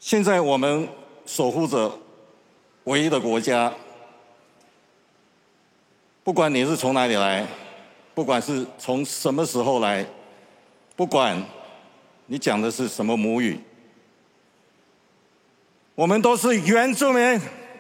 现在我们守护着唯一的国家，不管你是从哪里来，不管是从什么时候来，不管你讲的是什么母语，我们都是原住民。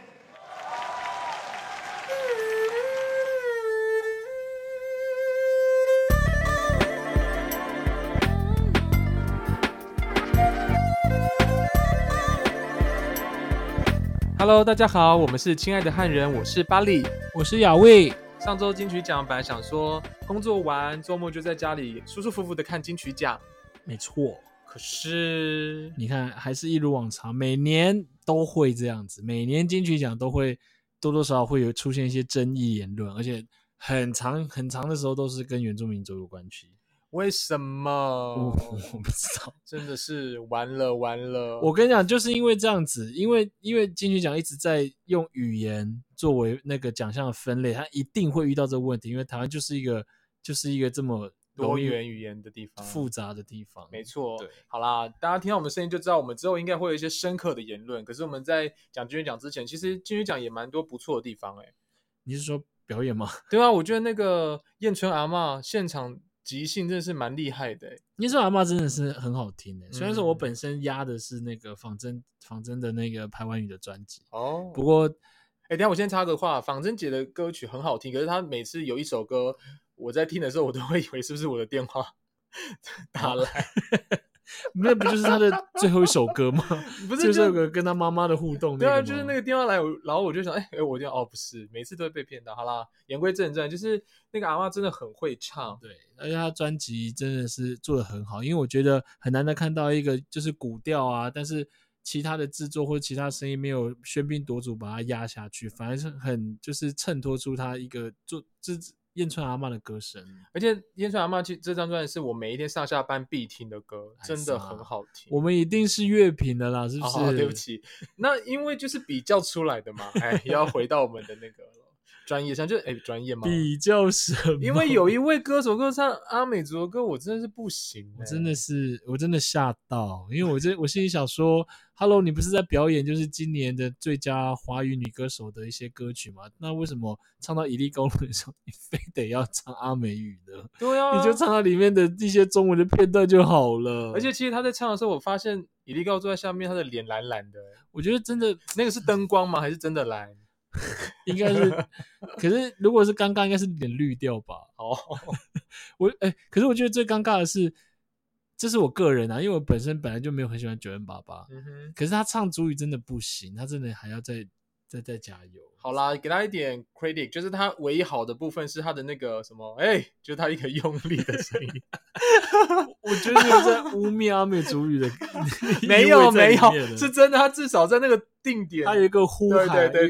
Hello， 大家好，我们是亲爱的汉人，我是巴力， 我是雅卫。 上周金曲奖本来想说工作完周末就在家里舒舒服服的看金曲奖， 没错。 可是你看，还是一如往常，每年都会这样子，每年金曲奖都会多多少少会有出现一些争议言论，而且很长很长的时候都是跟原住民族有关系。 为什么？ 我不知道， 真的是完了完了。 我跟你讲，就是因为这样子，因为金曲奖一直在用语言作为那个奖项的分类，它一定会遇到这个问题，因为台湾就是一个这么多元语言的地方， 复杂的地方。 没错。 对， 好啦，大家听到我们声音就知道，我们之后应该会有一些深刻的言论。可是我们在讲金曲奖之前，其实金曲奖也蛮多不错的地方。 你是说表演吗？ 对啊，我觉得那个燕春阿嬷现场即兴真的是蛮厉害的。 燕春阿嬷真的是很好听的，虽然说我本身压的是那个仿真的那个排湾语的专辑哦，不过等一下我先插个话，仿真姐的歌曲很好听，可是她每次有一首歌我在听的时候，我都会以为是不是我的电话打来。 那不就是他的最后一首歌吗？ 不是， 最后一首歌跟他妈妈的互动， 对啊，就是那个电话来，然后我就想，我电话不是，每次都会被骗到。好啦，言归正传，就是那个阿嬷真的很会唱， 对，而且他专辑真的是做得很好，因为我觉得很难得看到一个就是古调啊，但是其他的制作或者其他声音没有喧宾夺主把它压下去，反而是很就是衬托出他一个燕春阿嬷的歌声。 而且燕春阿嬷这张专辑是我每一天上下班必听的歌，真的很好听。 我们一定是乐评的啦，是不是？ 哦，对不起，那因为就是比较出来的嘛，又要回到我们的那个专业上，就专业吗？ 比较什么？ 因为有一位歌手唱阿美族的歌，我真的是不行。 我真的吓到，因为我心里想说 ，Hello， 你不是在表演就是今年的最佳华语女歌手的一些歌曲吗？那为什么唱到《以利高伦》的时候，你非得要唱阿美语呢？ 对啊， 你就唱到里面的一些中文的片段就好了。 而且其实他在唱的时候，我发现以利高坐在下面，他的脸蓝蓝的。 我觉得真的那个是灯光吗？还是真的蓝？ 应该是，可是如果是尴尬，应该是脸绿掉吧。 哦， 可是我觉得最尴尬的是，这是我个人啊，因为我本来就没有很喜欢9m88，可是他唱主语真的不行，他真的还要再加油。 好啦，给他一点 credit， 就是他唯一好的部分是他的那个什么，就是他一个用力的声音。 我觉得你有在污蔑阿美族语的， 没有，是真的。他至少在那个定点， 他有一个呼喊， 对，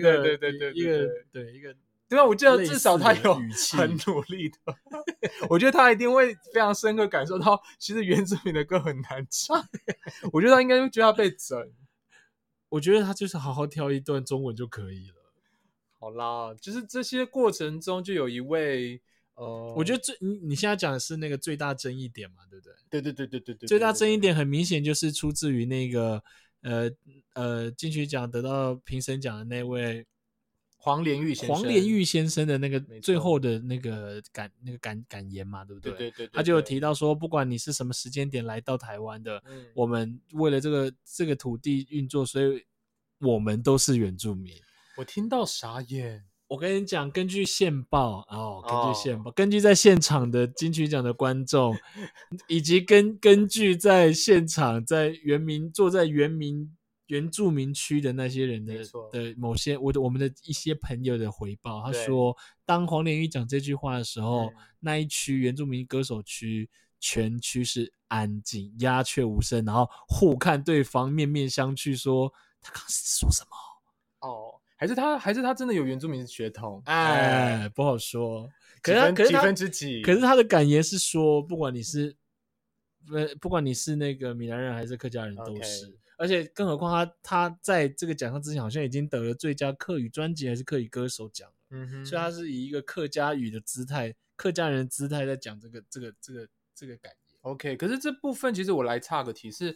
对啊，我记得至少他有很努力的。我觉得他一定会非常深刻感受到，其实原住民的歌很难唱。我觉得他应该会觉得他被整。 我觉得他就是好好挑一段中文就可以了。 好啦，就是这些过程中就有一位我觉得你现在讲的是那个最大争议点嘛，对不对？ 对， 最大争议点很明显就是出自于那个金曲奖得到评审奖的那位黄连玉先生的那个最后的那个感言嘛，对不对？ 对， 他就有提到说，不管你是什么时间点来到台湾的，我们为了这个土地运作，所以我们都是原住民。 我听到傻眼。 我跟你讲，根据线报，根据在现场的金曲奖的观众，以及根据在现场坐在原住民区的那些人的某些我们的一些朋友的回报，他说，当黄连玉讲这句话的时候，那一区原住民歌手区全区是安静，鸦雀无声，然后互看对方，面面相觑，说他刚刚是说什么？ 还是他真的有原住民血统？ 不好说。 几分之几？ 可是他的感言是说，不管你是那个闽南人还是客家人都是。而且更何况他在这个奖项之前好像已经得了最佳客语专辑还是客语歌手奖了，所以他是以一个客家语的姿态、客家人的姿态在讲这个感言。 OK， 可是这部分其实我来岔个题是。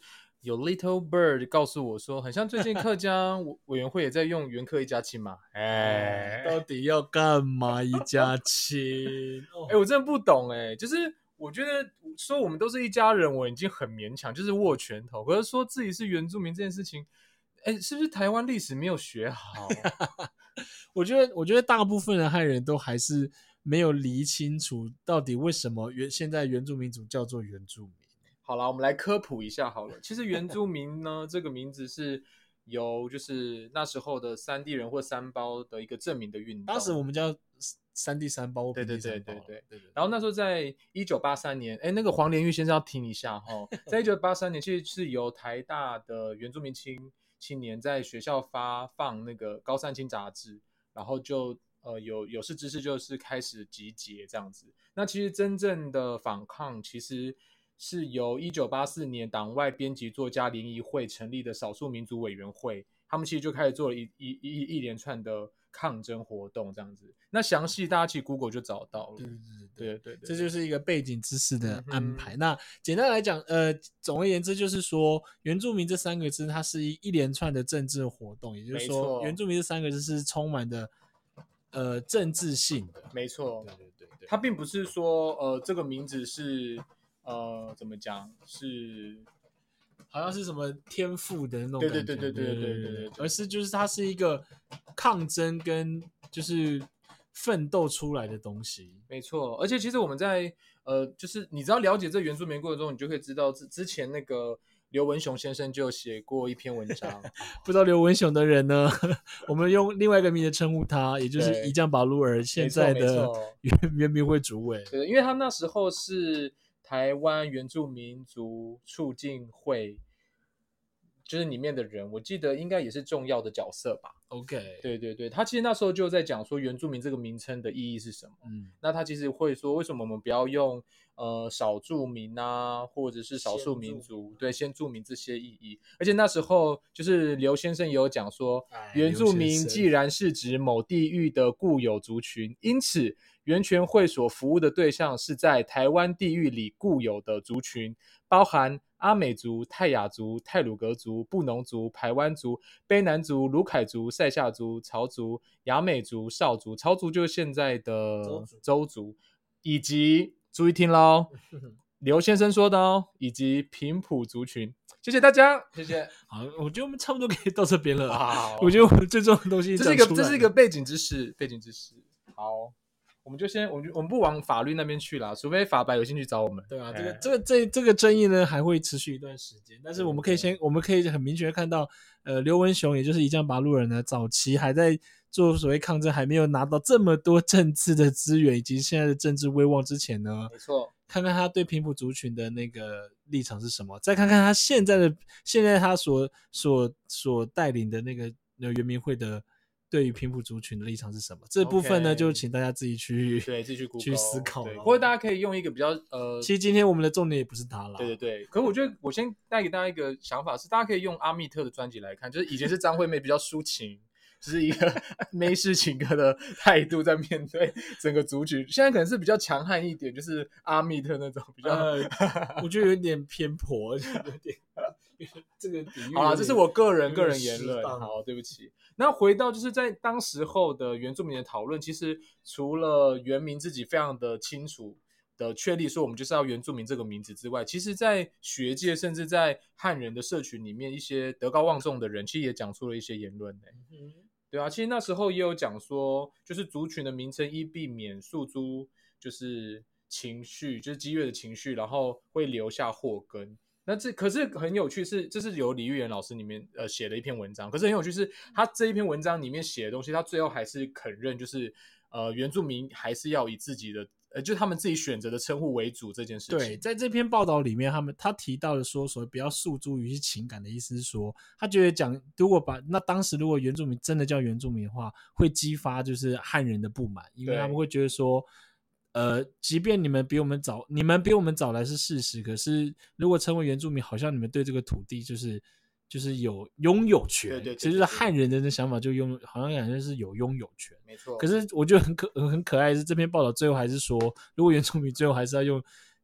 有 Little Bird 告诉我说，很像最近客家委员会也在用原客一家亲嘛。 到底要干嘛一家亲？ 我真的不懂就是我觉得说我们都是一家人，我已经很勉强，就是握拳头。可是说自己是原住民这件事情，是不是台湾历史没有学好？ 我觉得大部分的汉人都还是没有理清楚到底为什么现在原住民族叫做原住民。 好啦，我们来科普一下好了。其实原住民呢，这个名字是由就是那时候的山地人或山胞的一个证明的运动。 当时我们叫山地山胞， 对。然后那时候在1983年，那个黄连玉先生要听一下哈，在1983年其实是由台大的原住民青年在学校发放那个高山青杂志，然后就有识之士就是开始集结这样子。那其实真正的反抗其实是由1984年党外编辑作家联谊会成立的少数民族委员会，他们其实就开始做了一连串的抗争活动这样子。那详细大家其实 Google 就找到了。对，这就是一个背景知识的安排。那简单来讲，总而言之就是说，原住民这3个字它是一连串的政治活动，也就是说，原住民这3个字是充满的政治性的。 没错， 对， 它并不是说这个名字是怎么讲是。 好像是什么天赋的那种感觉，对， 而是就是它是一个抗争跟就是奋斗出来的东西。 没错，而且其实我们在就是你只要了解这原住民过程中，你就可以知道之前那个刘文雄先生就写过一篇文章。 不知道刘文雄的人呢，我们用另外一个名字称呼他，也就是宜江保路尔现在的原民会主委。 对，因为他那时候是台湾原住民族促进会。就是里面的人，我记得应该也是重要的角色吧。 OK， 对，他其实那时候就在讲说原住民这个名称的意义是什么。那他其实会说，为什么我们不要用少住民啊，或者是少数民族，对，先住民这些意义。而且那时候就是刘先生也有讲说，原住民既然是指某地域的固有族群，因此原全会所服务的对象是在台湾地域里固有的族群，包含阿美族、泰雅族、太鲁阁族、布农族、排湾族、卑南族、鲁凯族、塞夏族、曹族、雅美族、少族，曹族就是现在的邹族，以及注意听咯，刘先生说的哦，以及平埔族群。谢谢大家，谢谢。 好，我觉得我们差不多可以到这边了。我觉得我们最重要的东西这是一个背景知识。好。我们不往法律那边去啦，除非法白有兴趣找我们。 对啊，这个争议呢还会持续一段时间，但是我们可以很明确看到，刘文雄也就是宜江拔路人呢，早期还在做所谓抗争，还没有拿到这么多政治的资源以及现在的政治威望之前呢， 没错， 看看他对平埔族群的那个立场是什么，再看看他现在他所带领的那个原民会的。对于平埔族群的立场是什么？这部分呢，就请大家自己去思考。 不过大家可以用一个比较其实今天我们的重点也不是他啦。 对。可我觉得我先带给大家一个想法是，大家可以用阿密特的专辑来看，就是以前是张惠妹比较抒情，就是一个妹式情歌的态度在面对整个族群，现在可能是比较强悍一点，就是阿密特那种比较， 我觉得有点偏颇，有点。这个比喻好啦，这是我个人言论。好，对不起。那回到就是在当时候的原住民的讨论，其实除了原民自己非常的清楚的确立说我们就是要原住民这个名字之外，其实在学界甚至在汉人的社群里面，一些德高望重的人其实也讲出了一些言论。对啊，其实那时候也有讲说，就是族群的名称以避免诉诸就是情绪，就是激越的情绪，然后会留下祸根。那可是很有趣是，这是由李玉妍老师里面写的一篇文章，可是很有趣是，他这一篇文章里面写的东西，他最后还是肯认，就是原住民还是要以自己的就是他们自己选择的称呼为主这件事情。 对，在这篇报道里面，他提到的说，所谓不要诉诸于情感的意思是说，他觉得如果当时如果原住民真的叫原住民的话，会激发就是汉人的不满，因为他们会觉得说。即便你们比我们早来是事实，可是如果称为原住民，好像你们对这个土地就是有拥有权， 对， 其实就是汉人的想法就好像感觉是有拥有权， 没错。 可是我觉得很可爱的是这篇报道最后还是说，如果原住民最后还是要用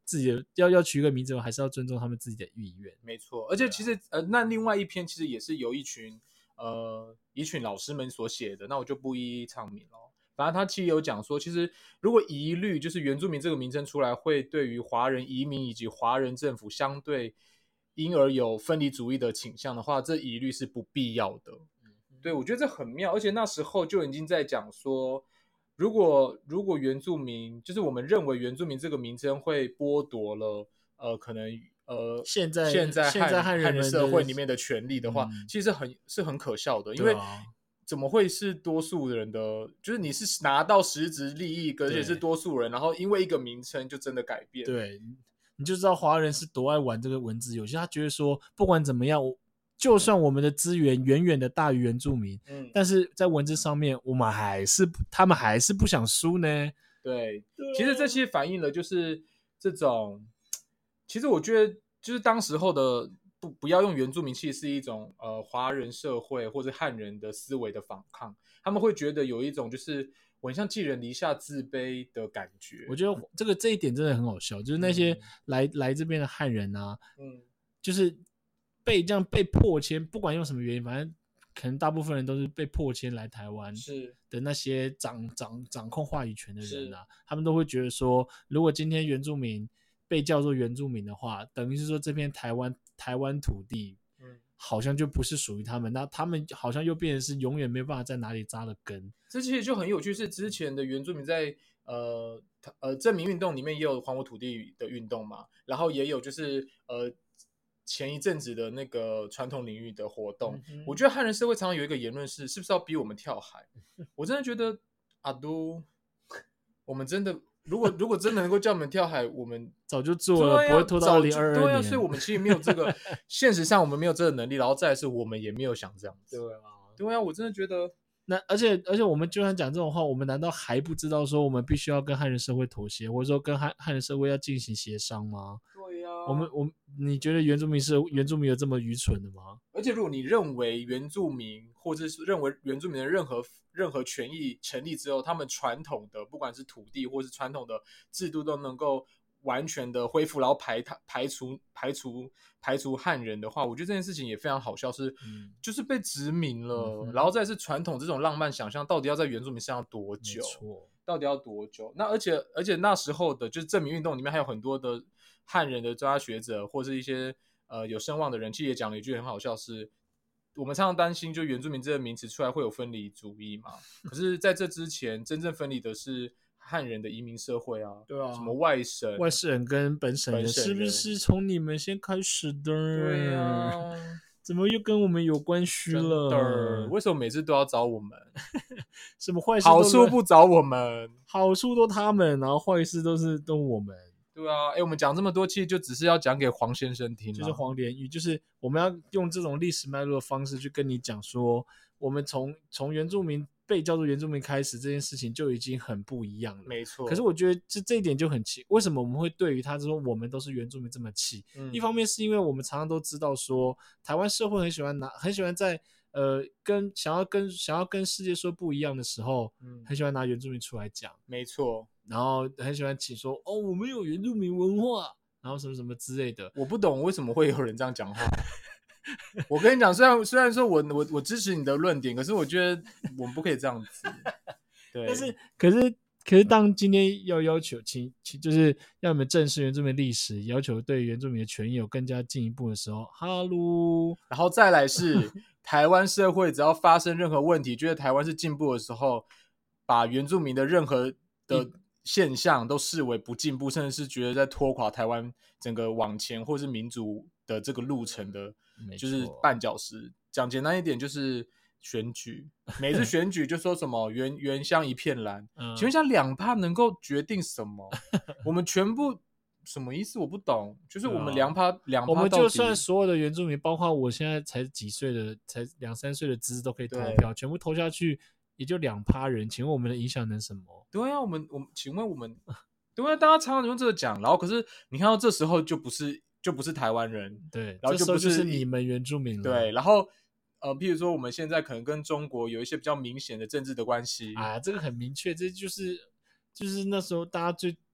自己的要取一个名字，还是要尊重他们自己的意愿。 没错，而且其实那另外一篇其实也是由一群老师们所写的，那我就不一一唱名了。反正他其实有讲说，其实如果疑虑就是原住民这个名称出来，会对于华人移民以及华人政府相对因而有分离主义的倾向的话，这疑虑是不必要的。对，我觉得这很妙，而且那时候就已经在讲说，如果原住民，就是我们认为原住民这个名称会剥夺了可能现在汉人们社会里面的权利的话，其实是很可笑的，因为怎么会是多数人的？就是你是拿到实质利益，而且是多数人，然后因为一个名称就真的改变。 对，你就知道华人是多爱玩这个文字游戏。他觉得说，不管怎么样，就算我们的资源远远的大于原住民，但是在文字上面，他们还是不想输呢。 对，其实这些反映了就是这种，其实我觉得就是当时候的。不要用原住民，其实是一种华人社会或者汉人的思维的反抗，他们会觉得有一种就是我很像寄人篱下、自卑的感觉。 我觉得这一点真的很好笑，就是那些来这边的汉人啊，就是这样被迫迁，不管用什么原因，反正可能大部分人都是被迫迁来台湾的那些掌控话语权的人啊，他们都会觉得说，如果今天原住民被叫做原住民的话，等于是说这片台湾土地，好像就不是属于他们，那他们好像又变成是永远没有办法在哪里扎了根。 这其实就很有趣，是之前的原住民在证明运动里面也有还我土地的运动嘛，然后也有就是前一阵子的那个传统领域的活动。我觉得汉人社会常常有一个言论是不是要逼我们跳海？我真的觉得阿都，我们真的。如果真的能够叫我们跳海，我们早就做了，不会拖到2022年。 对啊，所以我们其实没有这个，现实上我们没有这个能力，然后再来是我们也没有想这样子。对啊，我真的觉得， 而且我们就算讲这种话，我们难道还不知道说我们必须要跟汉人社会妥协，或者说跟汉人社会要进行协商吗？ 对啊， 你觉得原住民有这么愚蠢的吗？ 而且如果你认为原住民，或者是认为原住民的任何权益成立之后，他们传统的不管是土地或是传统的制度都能够完全的恢复，然后排除汉人的话，我觉得这件事情也非常好笑，就是被殖民了，然后再是传统这种浪漫想象，到底要在原住民身上多久？到底要多久？那而且那时候的就是证明运动里面还有很多的汉人的专家学者或是一些有声望的人，其实也讲了一句很好笑是。我们常常担心，就原住民这个名词出来会有分离主义嘛？可是在这之前，真正分离的是汉人的移民社会啊， 对啊， 什么外省人跟本省人，是不是从你们先开始的？ 对啊， 怎么又跟我们有关系了？ 为什么每次都要找我们？ 什么坏事？ 好处不找我们， 好处都他们，然后坏事都我们。 对啊，我们讲这么多，其实就只是要讲给黄先生听， 就是黄连玉，就是我们要用这种历史脉络的方式去跟你讲说，我们从原住民被叫做原住民开始，这件事情就已经很不一样了。 没错。 可是我觉得这一点就很气，为什么我们会对于他说我们都是原住民这么气？一方面是因为我们常常都知道说，台湾社会很喜欢在想要跟世界说不一样的时候，很喜欢拿原住民出来讲。 没错。 然后很喜欢起说我们有原住民文化，然后什么什么之类的。 我不懂为什么会有人这样讲话。我跟你讲，虽然说我支持你的论点，可是我觉得我们不可以这样子。对。 但是可是当今天要求就是要你们正视原住民历史，要求对原住民的权益有更加进一步的时候，哈喽， 然后再来是台湾社会只要发生任何问题，觉得台湾是进步的时候，把原住民的任何的现象都视为不进步，甚至是觉得在拖垮台湾整个往前或是民主的这个路程的，就是绊脚石。讲简单一点，就是选举，每次选举就说什么原乡一片蓝，请问一下2%能够决定什么？我们全部什么意思？我不懂。就是我们2%， 我们就算所有的原住民，包括我现在才几岁的，才2-3岁的侄子都可以投票，全部投下去。也就2%人，请问我们的影响能什么？ 对啊，请问我们，对啊，大家常常用这个讲，然后可是你看到这时候就不是台湾人， 对， 然后就不是你们原住民了， 对，然后譬如说我们现在可能跟中国有一些比较明显的政治的关系啊，这个很明确，这就是那时候大家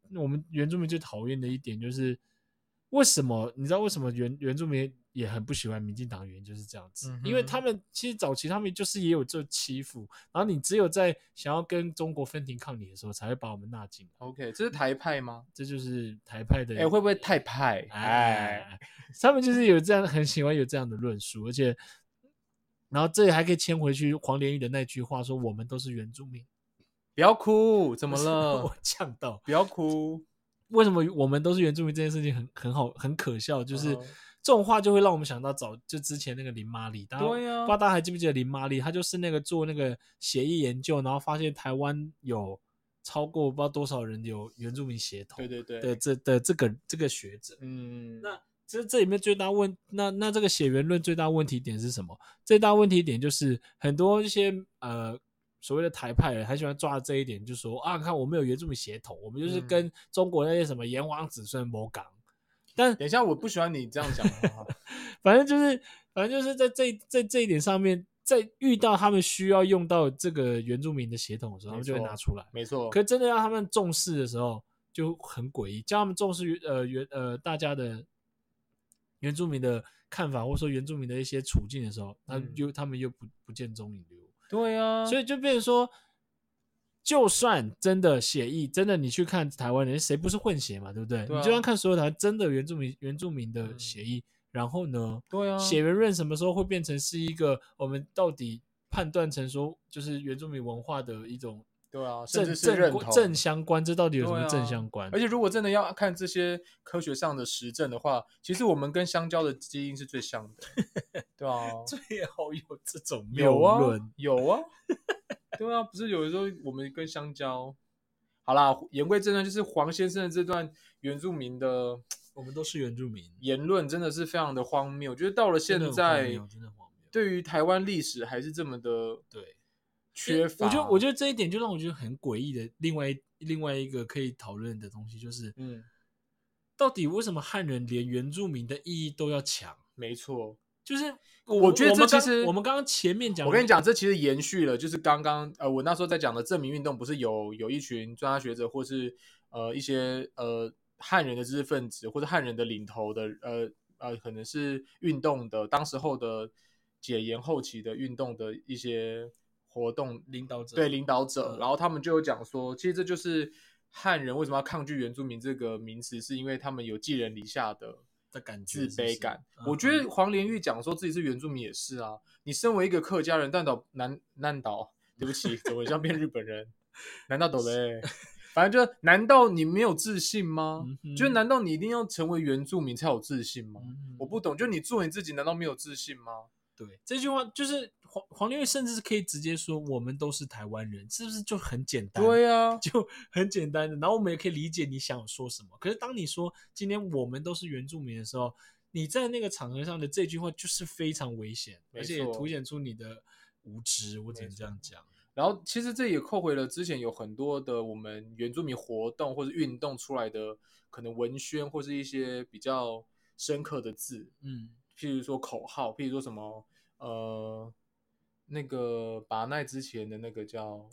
我们原住民最讨厌的一点就是，为什么你知道为什么原住民也很不喜欢民进党的原因就是这样子，因为他们其实早期他们就是也有这欺负，然后你只有在想要跟中国分庭抗礼的时候，才会把我们纳进来。 OK， 这是台派吗？ 这就是台派的， 会不会太派？ 他们就是有这样很喜欢有这样的论述，而且，然后这里还可以牵回去黄连玉的那句话，说我们都是原住民。 不要哭，怎么了？ 我呛到， 不要哭。 为什么我们都是原住民这件事情很好很可笑，就是这种话就会让我们想到就之前那个林玛丽， 对呀， 不知道大家还记不记得林玛丽？她就是那个做那个血液研究，然后发现台湾有超过不知道多少人有原住民血统， 对的这个学者，那这里面最大那这个血缘论最大问题点是什么？最大问题点就是很多一些所谓的台派人很喜欢抓这一点，就说啊，看我们有原住民血统，我们就是跟中国那些什么炎黄子孙谋港。但等一下，我不喜欢你这样讲的话。 反正就是在这一点上面，在遇到他们需要用到这个原住民的血统的时候，他们就会拿出来。 没错。 可真的让他们重视的时候，就很诡异。叫他们重视大家的原住民的看法，或者说原住民的一些处境的时候，他们又不见踪影流。 对啊， 所以就变成说，就算真的血裔，真的你去看台湾人，谁不是混血嘛，对不对？ 对啊， 你就算看所有台湾真的原住民的血裔，然后呢， 对啊， 血缘论什么时候会变成是一个我们到底判断成说就是原住民文化的一种？ 对啊，甚至是认同正相关，这到底有什么正相关？ 而且如果真的要看这些科学上的实证的话，其实我们跟香蕉的基因是最像的，对啊， 最好有这种谬论， 有啊，对啊，不是有的时候我们跟香蕉，好啦，言归正传，就是黄先生的这段原住民的， 我们都是原住民言论，真的是非常的荒谬。我觉得到了现在， 真的荒谬， 对于台湾历史还是这么的对。 缺乏。 我觉得这一点就让我觉得很诡异的另外一个可以讨论的东西就是，到底为什么汉人连原住民的意义都要抢？ 没错， 就是我觉得这其实我们刚刚前面讲， 我跟你讲，这其实延续了，就是刚刚我那时候在讲的证明运动，不是有一群专家学者或是一些汉人的知识分子或者汉人的领头的可能是运动的当时候的解严后期的运动的一些活动领导者， 对领导者，然后他们就有讲说，其实这就是汉人为什么要抗拒原住民这个名词，是因为他们有寄人篱下的感觉， 自卑感。我觉得黄连玉讲说自己是原住民也是啊，你身为一个客家人，难道对不起，怎么像变日本人？难道懂嘞？反正就难道你没有自信吗？就难道你一定要成为原住民才有自信吗？我不懂，就你做你自己，难道没有自信吗？ 对，这句话就是黄连玉甚至是可以直接说我们都是台湾人，是不是就很简单？ 对啊， 就很简单的。然后我们也可以理解你想说什么。可是当你说今天我们都是原住民的时候，你在那个场合上的这句话就是非常危险，而且也凸显出你的无知。我只能这样讲。 然后其实这也扣回了之前有很多的我们原住民活动或者运动出来的可能文宣或是一些比较深刻的字，譬如说口号，譬如说什么那个拔奈之前的那个叫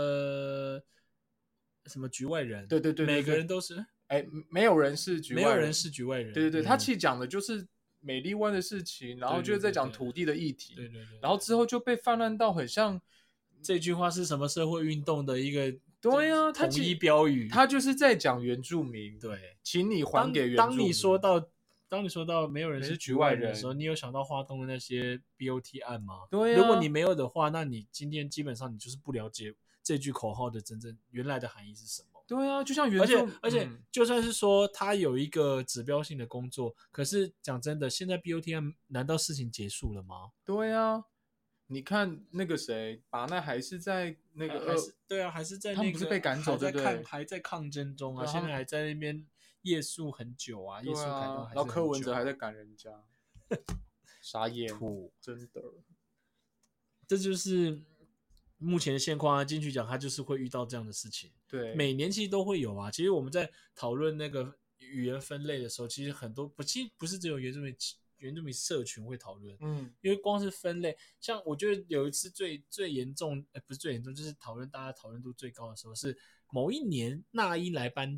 什么局外人， 对， 每个人都是没有人是局外人， 没有人是局外人， 对，他其实讲的就是美丽湾的事情，然后就是在讲土地的议题，对，然后之后就被泛滥到很像这句话是什么社会运动的一个对啊统一标语， 他就是在讲原住民， 对， 请你还给原住民。 当你说到没有人是局外人的时候，你有想到花东的那些 BOT 案吗？ 对啊， 如果你没有的话，那你今天基本上你就是不了解这句口号的真正原来的含义是什么。 对啊，就像原住， 而且就算是说他有一个指标性的工作，可是讲真的，现在 BOT 案难道事情结束了吗？ 对啊，你看那个谁，拔奈还是在那个对啊，还是在那个他们不是被赶走， 还在抗争中啊，现在还在那边夜宿很久啊，夜宿凯东还是很久， 然后柯文哲还在赶人家，傻眼，真的， 这就是目前的现况啊。金曲奖他就是会遇到这样的事情， 对， 每年其实都会有啊。其实我们在讨论那个语言分类的时候，其实很多其实不是只有原住民社群会讨论，因为光是分类，像我觉得有一次最严重，不是最严重，就是大家讨论度最高的时候是某一年那英来颁奖，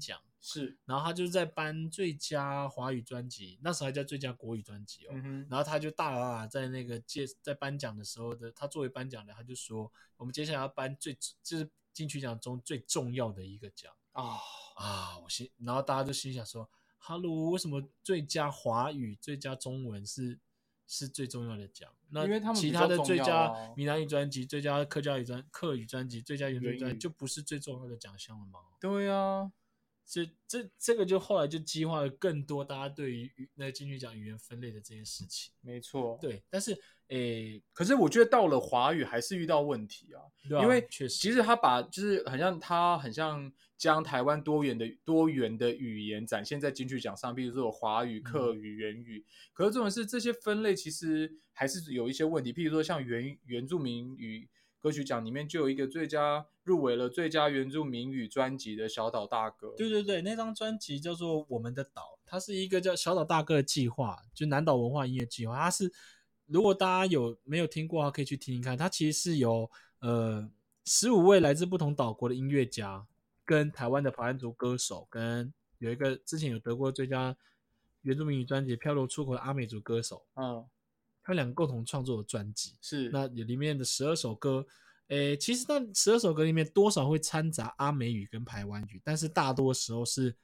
是， 然后他就在颁最佳华语专辑，那时候还叫最佳国语专辑哦。然后他就大喇喇在那个在颁奖的时候的，他作为颁奖的，他就说我们接下来要颁就是金曲奖中最重要的一个奖然后大家就心想说，哈喽，为什么最佳华语、最佳中文是最重要的奖？那因为他们其他的最佳闽南语专辑、最佳客语专辑、最佳原住民专辑就不是最重要的奖项了吗？ 对啊， 所以这个就后来就激化了更多大家对于那个金曲奖语言分类的这件事情。 没错， 对，但是可是我觉得到了华语还是遇到问题啊，因为确实， 其实他就是很像将台湾多元的语言展现在金曲奖上，比如说有华语、客语、原语。可是这种是这些分类其实还是有一些问题，譬如说像原住民语歌曲奖里面就有一个入围了最佳原住民语专辑的小岛大哥。 对对对，那张专辑叫做《我们的岛》，它是一个叫小岛大哥的计划，就南岛文化音乐计划。它是如果大家没有听过的话，可以去听听看。它其实是由15位来自不同岛国的音乐家，跟台湾的排湾族歌手，跟有一个之前有得过最佳原住民语专辑《漂流出口》的阿美族歌手，他们两个共同创作的专辑。 是那里面的12首歌。其实那12首歌里面多少会掺杂阿美语跟排湾语，但是大多时候是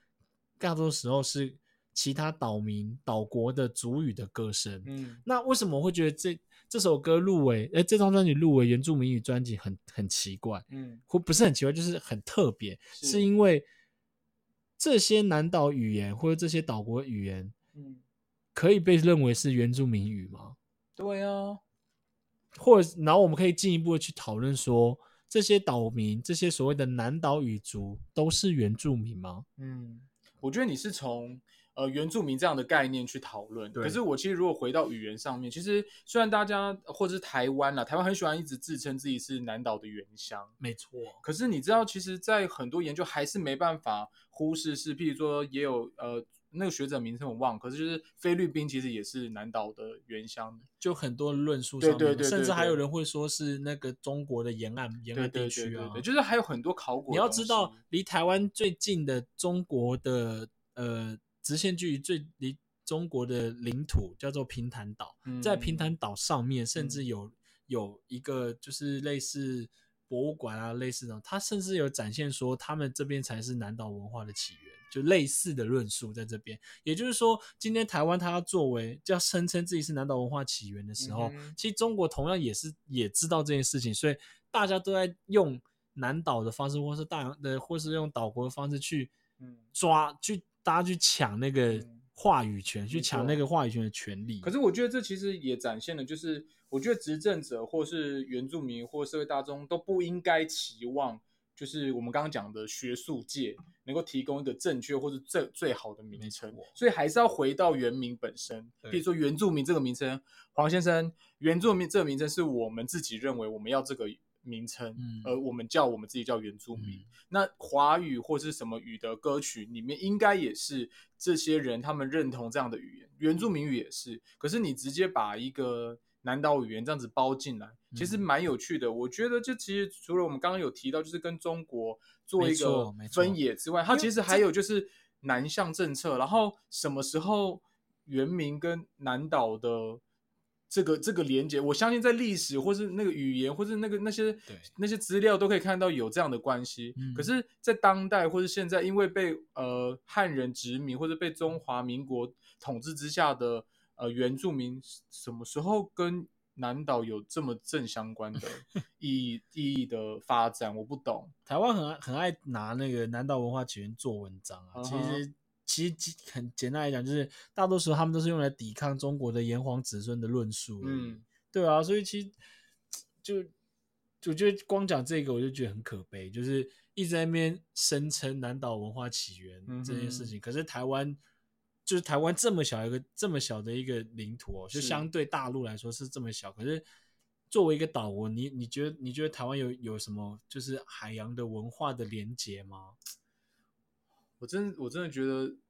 其他岛国的族语的歌声。那为什么我会觉得这首歌入围，这张专辑入围原住民语专辑很奇怪？或不是很奇怪，就是很特别，是因为这些南岛语言或者这些岛国语言，可以被认为是原住民语吗？ 对啊。 然后我们可以进一步的去讨论说，这些岛民，这些所谓的南岛语族都是原住民吗？ 我觉得你是从原住民这样的概念去讨论，可是我其实如果回到语言上面，其实虽然大家或者是台湾很喜欢一直自称自己是南岛的原乡， 没错。 可是你知道，其实，在很多研究还是没办法忽视譬如说也有那个学者名称我忘了，可是就是菲律宾其实也是南岛的原乡， 就很多论述上面，甚至还有人会说是那个中国的沿岸地区啊， 对，就是还有很多考古。 你要知道，离台湾最近的中国的直线距离离中国的领土叫做平潭岛，在平潭岛上面甚至有一个就是类似博物馆啊，类似的，它甚至有展现说他们这边才是南岛文化的起源，就类似的论述在这边。也就是说，今天台湾它要声称自己是南岛文化起源的时候，其实中国同样也知道这件事情，所以大家都在用南岛的方式，或是用岛国的方式去大家去抢那个话语权，去抢那个话语权的权利。 可是我觉得这其实也展现了，就是我觉得执政者或是原住民或社会大众都不应该期望，就是我们刚刚讲的学术界能够提供一个正确或是最好的名称，所以还是要回到原名本身。比如说原住民这个名称，黄先生，原住民这个名称是我们自己认为我们要这个名称，而我们自己叫原住民。那华语或是什么语的歌曲里面，应该也是这些人他们认同这样的语言，原住民语也是。可是你直接把一个南岛语言这样子包进来，其实蛮有趣的。我觉得这其实除了我们刚刚有提到，就是跟中国做一个分野之外，它其实还有就是南向政策，然后什么时候原民跟南岛的这个连结，我相信在历史或是那个语言或是那些资料都可以看到有这样的关系。可是，在当代或是现在，因为被汉人殖民或者被中华民国统治之下的原住民，什么时候跟南岛有这么正相关的意义的发展？我不懂。 台湾很爱拿那个南岛文化起源做文章啊，其实很简单来讲，就是大多数他们都是用来抵抗中国的炎黄子孙的论述。对啊，所以其实我觉得光讲这个我就觉得很可悲，就是一直在那边声称南岛文化起源这件事情，可是台湾这么小的一个领土就相对大陆来说是这么小，可是作为一个岛国，你觉得台湾有什么就是海洋的文化的连结吗？ 我真的觉得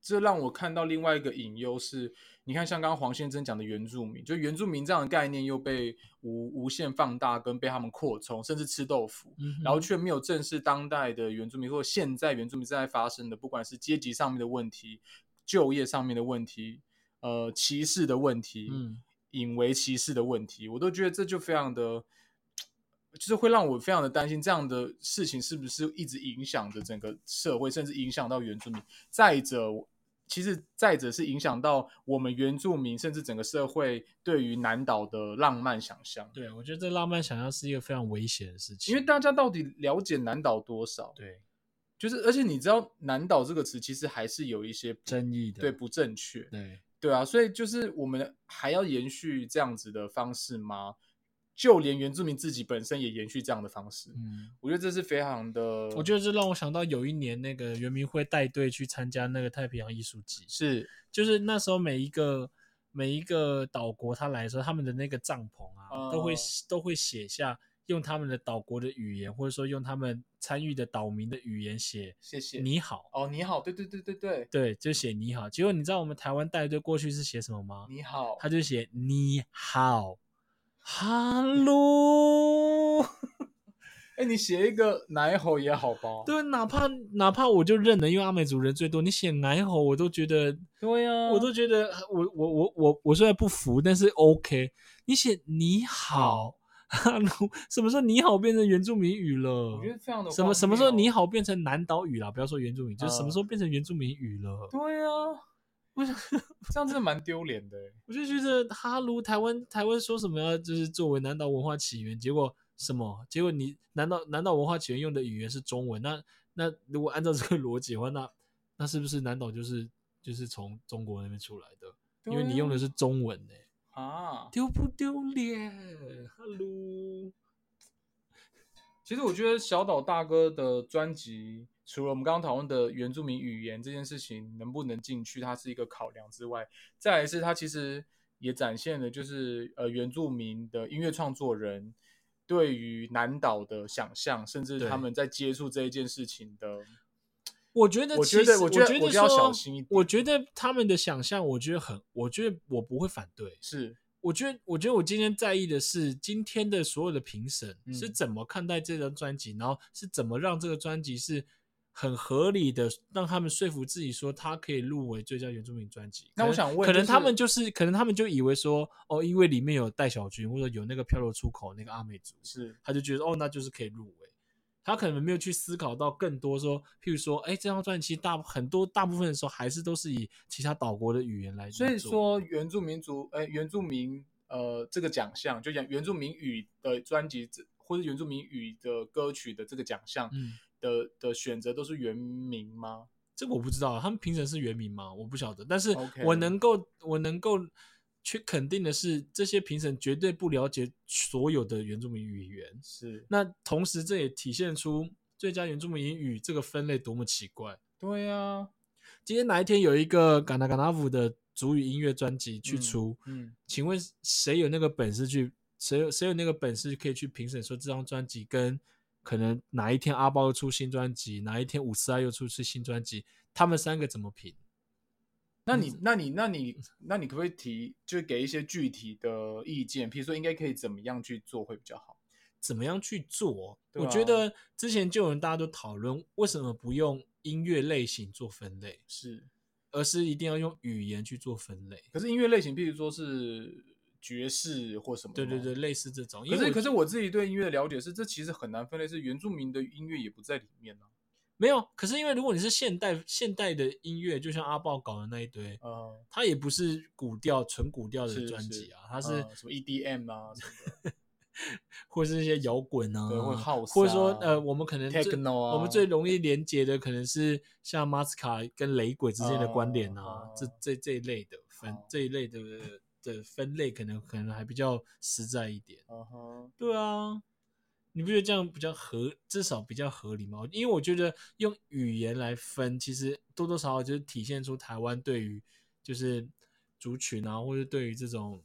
这让我看到另外一个隐忧是，你看像刚刚黄先生讲的原住民，就原住民这样的概念又被无限放大，跟被他们扩充，甚至吃豆腐，然后却没有正视当代的原住民或现在原住民正在发生的，不管是阶级上面的问题、就业上面的问题、歧视的问题、隐微歧视的问题，我都觉得这就非常的。就是会让我非常的担心，这样的事情是不是一直影响着整个社会，甚至影响到原住民。再者是影响到我们原住民，甚至整个社会对于南岛的浪漫想象。 对，我觉得这浪漫想象是一个非常危险的事情， 因为大家到底了解南岛多少？ 对， 就是而且你知道南岛这个词其实还是有一些争议的， 对，不正确。 对啊，所以就是我们还要延续这样子的方式吗？就连原住民自己本身也延续这样的方式，我觉得这是非常的。 我觉得这让我想到有一年那个原民会带队去参加那个太平洋艺术季，就是那时候每一个岛国他来的时候，他们的那个帐篷啊，都会写下用他们的岛国的语言，或者说用他们参与的岛民的语言写谢谢你好你好，对， 就写你好。结果你知道我们台湾带队过去是写什么吗？ 你好， 他就写你好。哈喽， 你写一个奶吼也好吧？ 对，哪怕我就认了，因为阿美族人最多，你写奶吼我都觉得， 对啊， 我都觉得我虽然不服，但是 OK。你写你好，哈喽，什么时候你好变成原住民语了？ 我觉得非常的什么时候你好变成南岛语了？不要说原住民，就是什么时候变成原住民语了？ 对啊。这样真的蛮丢脸的。 我就觉得哈卢台湾说什么要就是作为南岛文化起源，结果你南岛文化起源用的语言是中文，那如果按照这个逻辑的话，那是不是南岛就是从中国那边出来的？因为你用的是中文丢不丢脸？哈卢， 其实我觉得小岛大哥的专辑，除了我们刚刚讨论的原住民语言这件事情能不能进去，它是一个考量之外，再来是它其实也展现了就是原住民的音乐创作人对于南岛的想象，甚至他们在接触这一件事情的。 我觉得要小心一点。 我觉得他们的想象，我觉得我不会反对。 是。 我觉得我今天在意的是今天的所有的评审是怎么看待这张专辑，然后是怎么让这个专辑是很合理的，让他们说服自己说他可以入围最佳原住民专辑。 那我想问， 可能他们就以为说因为里面有戴小军或者有那个漂流出口那个阿美族，他就觉得那就是可以入围。他可能没有去思考到更多说，譬如说，这张专辑其实大部分的时候还是都是以其他岛国的语言来做。 所以说原住民这个奖项，就讲原住民语的专辑或者原住民语的歌曲的这个奖项的选择都是原民吗？ 这个我不知道，他们评审是原民吗？我不晓得，但是我能够去肯定的是，这些评审绝对不了解所有的原住民语言。 是， 那同时这也体现出最佳原住民语这个分类多么奇怪。 对啊， 今天哪一天有一个嘎纳嘎纳夫的族语音乐专辑去出，请问谁有那个本事去？谁有那个本事可以去评审说这张专辑跟可能哪一天阿包又出新专辑，哪一天伍思爱又出新专辑，他们三个怎么评？ 那你可不可以就给一些具体的意见？比如说应该可以怎么样去做会比较好？ 怎么样去做？我觉得之前就有人大家都讨论，为什么不用音乐类型做分类，而是一定要用语言去做分类？ 可是音乐类型，譬如说是爵士或什么， 对，类似这种。 可是我自己对音乐的了解是，这其实很难分类，是原住民的音乐也不在里面啊。 没有，可是因为如果你是现代的音乐，就像阿豹搞的那一堆，它也不是纯古调的专辑啊，它是什么 EDM 啊什么的， 或是一些摇滚啊， 对， 或者说我们可能 techno 啊， 我们最容易连接的可能是像马斯卡跟雷鬼之间的关联啊，这一类的这一类的分类可能还比较实在一点。对啊。你不觉得这样比较至少比较合理吗？因为我觉得用语言来分，其实多多少少就是体现出台湾对于就是族群啊，或者对于这种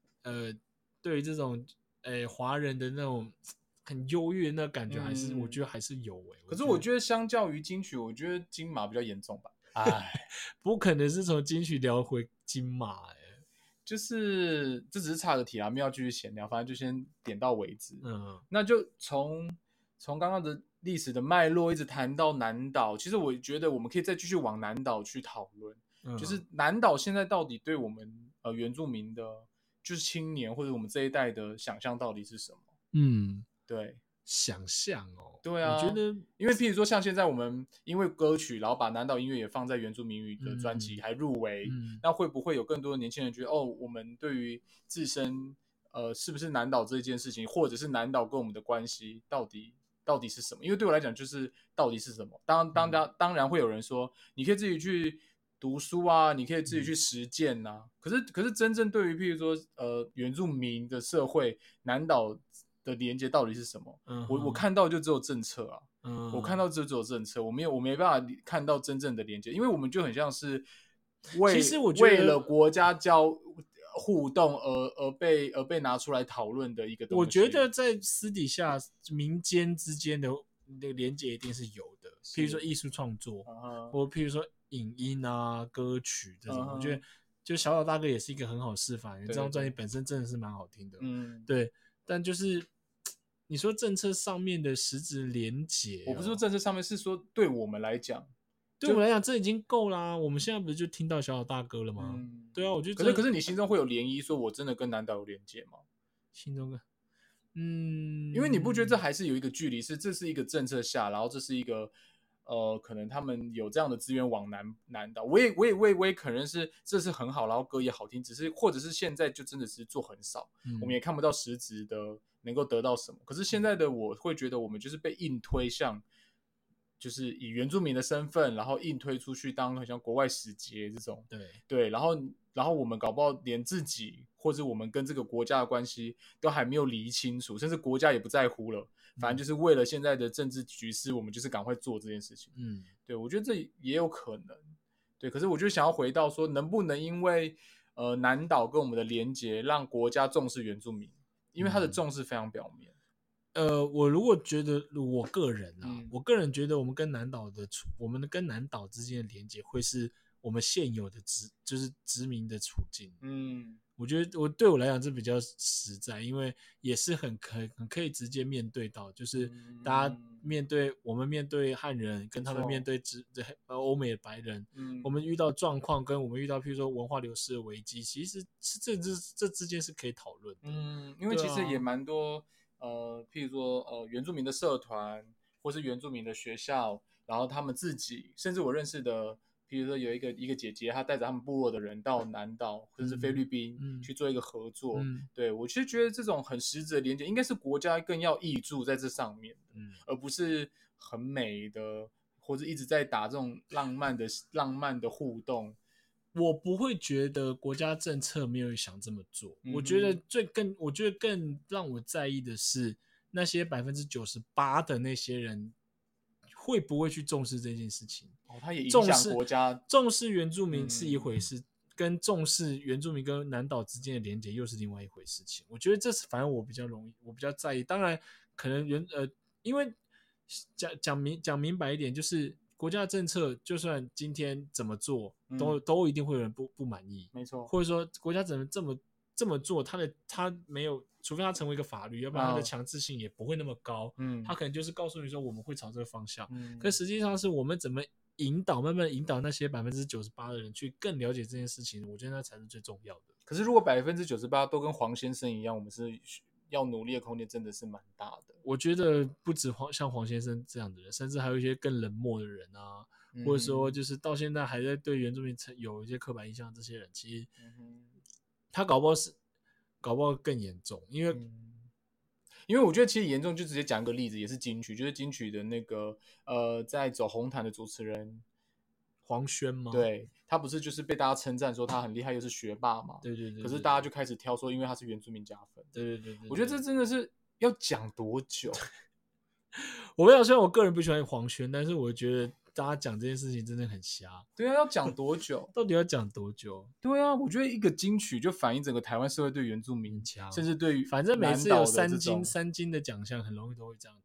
华人的那种很优越的那感觉，还是我觉得还是有可是我觉得相较于金曲，我觉得金马比较严重吧。 哎， 不可能是从金曲聊回金马就是这只是岔个题啊，没有要继续闲聊，反正就先点到为止。那就从刚刚的历史的脉络一直谈到南岛，其实我觉得我们可以再继续往南岛去讨论，就是南岛现在到底对我们原住民的，就是青年或者我们这一代的想象到底是什么？对。 想象对啊， 我觉得， 因为譬如说像现在我们因为歌曲，然后把南岛音乐也放在原住民语的专辑，还入围，那会不会有更多的年轻人觉得，我们对于自身是不是南岛这件事情，或者是南岛跟我们的关系到底是什么？因为对我来讲，就是到底是什么？当然会有人说，你可以自己去读书啊，你可以自己去实践啊。可是真正对于譬如说原住民的社会，南岛的连接到底是什么？我看到就只有政策啊，我看到就只有政策，我没办法看到真正的连接，因为我们就很像是其实我觉得为了国家互动而被拿出来讨论的一个东西。 我觉得在私底下民间之间的那个连接一定是有的，譬如说艺术创作，或譬如说影音啊、歌曲这种，我觉得就小岛大哥也是一个很好示范，这张专辑本身真的是蛮好听的，对，但就是你说政策上面的实质连结， 我不是说政策上面，是说对我们来讲， 对我们来讲这已经够啦。我们现在不是就听到小岛大哥了吗？对啊，我觉得可是你心中会有涟漪，说我真的跟南岛有连接吗？ 心中因为你不觉得这还是有一个距离，这是一个政策下，然后这是一个可能他们有这样的资源往南岛，我也可能是这是很好，然后歌也好听，只是或者是现在就真的是做很少，我们也看不到实质的能够得到什么。可是现在的我会觉得我们就是被硬推向，就是以原住民的身份，然后硬推出去当很像国外使节这种，对，然后我们搞不好连自己或者我们跟这个国家的关系都还没有理清楚，甚至国家也不在乎了，反正就是为了现在的政治局势，我们就是赶快做这件事情。对，我觉得这也有可能。对，可是我就想要回到说，能不能因为南岛跟我们的连结，让国家重视原住民？因为他的重视非常表面。 我如果觉得我个人我个人觉得我们跟南岛之间的连接会是我们现有的就是殖民的处境。我觉得对我来讲这比较实在，因为也是很可以直接面对到，就是大家我们面对汉人，跟他们面对欧美的白人，我们遇到状况跟我们遇到譬如说文化流失的危机，其实是这之间是可以讨论的。 因为其实也蛮多譬如说原住民的社团或是原住民的学校，然后他们自己，甚至我认识的比如说有一个姐姐，她带着他们部落的人到南岛或者是菲律宾去做一个合作。对，我其实觉得这种很实质的连接应该是国家更要挹注在这上面的，而不是很美的或者一直在打这种浪漫的互动。 我不会觉得国家政策没有想这么做，我觉得更让我在意的是那些98%的那些人会不会去重视这件事情。 他也影响国家。 重视原住民是一回事，跟重视原住民跟南岛之间的连结又是另外一回事情。我觉得这是反正我比较在意。当然可能因为讲明白一点，就是国家政策就算今天怎么做，都一定会有人不满意， 没错。 或者说国家怎么这么做，他没有，除非他成为一个法律，要不然他的强制性也不会那么高。他可能就是告诉你说我们会朝这个方向，可实际上是我们怎么慢慢引导那些98%的人去更了解这件事情，我觉得那才是最重要的。 可是如果98%都跟黄先生一样，我们是要努力的空间真的是蛮大的。 我觉得不止像黄先生这样的人，甚至还有一些更冷漠的人啊，或者说就是到现在还在对原住民有一些刻板印象，这些人其实他搞不好更严重。因为我觉得其实严重，就直接讲一个例子，也是金曲，就是金曲的那个在走红毯的主持人黄轩吗？ 对，他不是就是被大家称赞说他很厉害，又是学霸嘛？ 对。 可是大家就开始挑说，因为他是原住民加分。 对。 我觉得这真的是要讲多久？ 我跟你讲，虽然我个人不喜欢黄轩，但是我觉得大家讲这件事情真的很瞎。 对啊，要讲多久？ 到底要讲多久？ 对啊，我觉得一个金曲就反映整个台湾社会对原住民，甚至对于反正每次有三金的奖项，很容易都会这样子啊。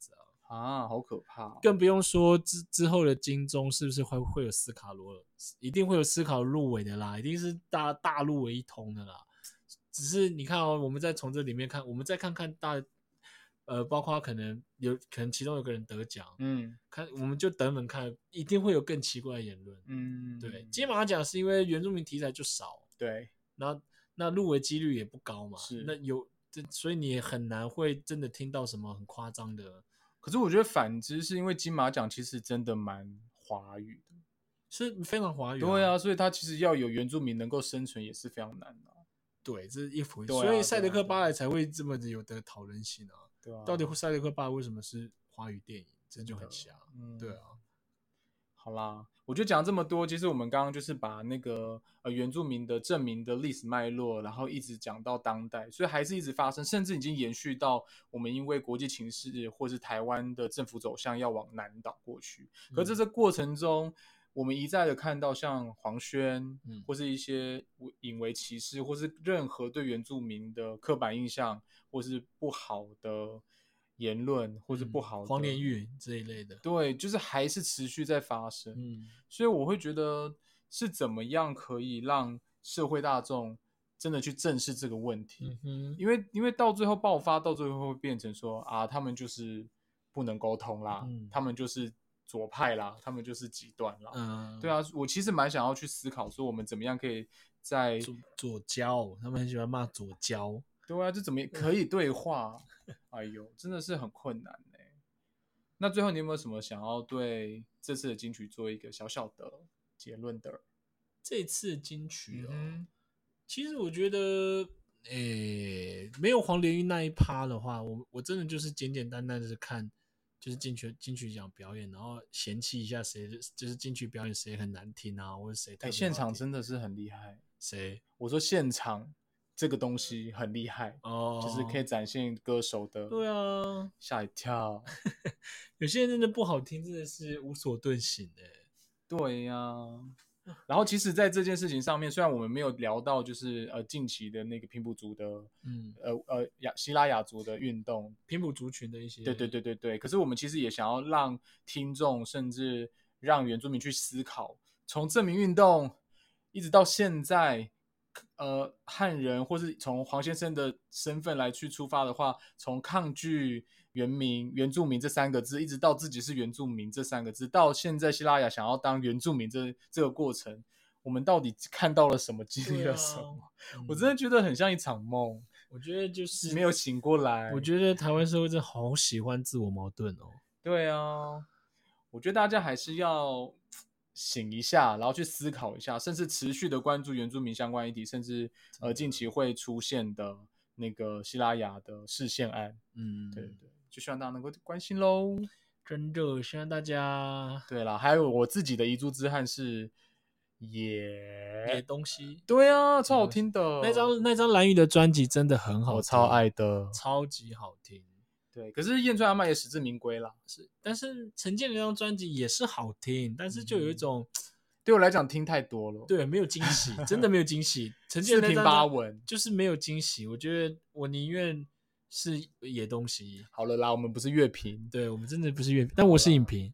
啊，好可怕、哦！ 更不用说之后的金钟是不是会有斯卡罗，一定会有斯卡罗入围的啦，一定是大入围一通的啦。只是你看哦，我们再从这里面看，我们再看看包括可能其中有个人得奖，看我们就等看，一定会有更奇怪的言论，对，金马奖是因为原住民题材就少， 对， 那入围几率也不高嘛， 是所以你也很难会真的听到什么很夸张的。 可是我觉得反之是因为金马奖其实真的蛮华语的， 是非常华语， 对啊，所以它其实要有原住民能够生存也是非常难的、 对，这是一回事，所以赛德克巴莱才会这么的有的讨论性啊。对啊，到底赛德克巴莱为什么是华语电影，这就很瞎。对啊。 好啦，我就讲这么多。其实我们刚刚就是把那个原住民的证明的历史脉络，然后一直讲到当代，所以还是一直发生，甚至已经延续到我们因为国际情势或是台湾的政府走向要往南岛过去。可是这过程中，我们一再的看到像黄轩，或是一些引为歧视，或是任何对原住民的刻板印象，或是不好的言论，或是不好的黄连玉这一类的， 对，就是还是持续在发生。所以我会觉得是怎么样可以让社会大众真的去正视这个问题，因为到最后爆发，到最后会变成说啊，他们就是不能沟通啦，他们就是左派啦，他们就是极端啦。对啊，我其实蛮想要去思考说，我们怎么样可以在左交，他们很喜欢骂左交。 对啊，这怎么可以对话？哎呦，真的是很困难欸。那最后你有没有什么想要对这次的金曲做一个小小的结论的？ 这次金曲其实我觉得，没有黄连玉那一趴的话，我真的就是简简单单的看，就是金曲奖表演，然后嫌弃一下谁，就是金曲表演谁很难听啊，或者谁特别好听。 现场真的是很厉害。 谁？ 我说现场。这个东西很厉害就是可以展现歌手的。 对啊， 吓一跳。 有些人真的不好听，真的是无所遁形的。 对呀。然后其实在这件事情上面，虽然我们没有聊到就是近期的那个平埔族的希拉雅族的运动， 平埔族群的一些， 对，可是我们其实也想要让听众甚至让原住民去思考，从证明运动一直到现在。汉人或是从黄先生的身份来去出发的话，从抗拒原住民这三个字，一直到自己是原住民这三个字，到现在希拉雅想要当原住民这个过程，我们到底看到了什么，经历了什么？我真的觉得很像一场梦。 我觉得就是没有醒过来。 我觉得台湾社会真的好喜欢自我矛盾哦。 对啊，我觉得大家还是要醒一下，然后去思考一下，甚至持续的关注原住民相关议题，甚至近期会出现的那个希拉雅的释宪案。对，就希望大家能够关心咯。 真的希望大家。 对啦，还有我自己的遗珠之憾是野东西。 对啊，超好听的。 那张蓝雨的专辑真的很好听， 我超爱的， 超级好听。 对，可是燕川阿嬷也实至名归啦。 但是陈建那张专辑也是好听，但是就有一种对我来讲听太多了， 对，没有惊喜，真的没有惊喜。陈建四平八稳， 就是没有惊喜。我觉得我宁愿是野东西。 好了啦，我们不是乐评， 对，我们真的不是乐评，但我是影评。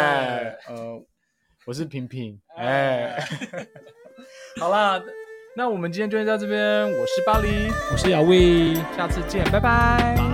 我是平平。好啦，那我们今天就到这边。我是巴黎， 我是姚卫， 下次见，拜拜。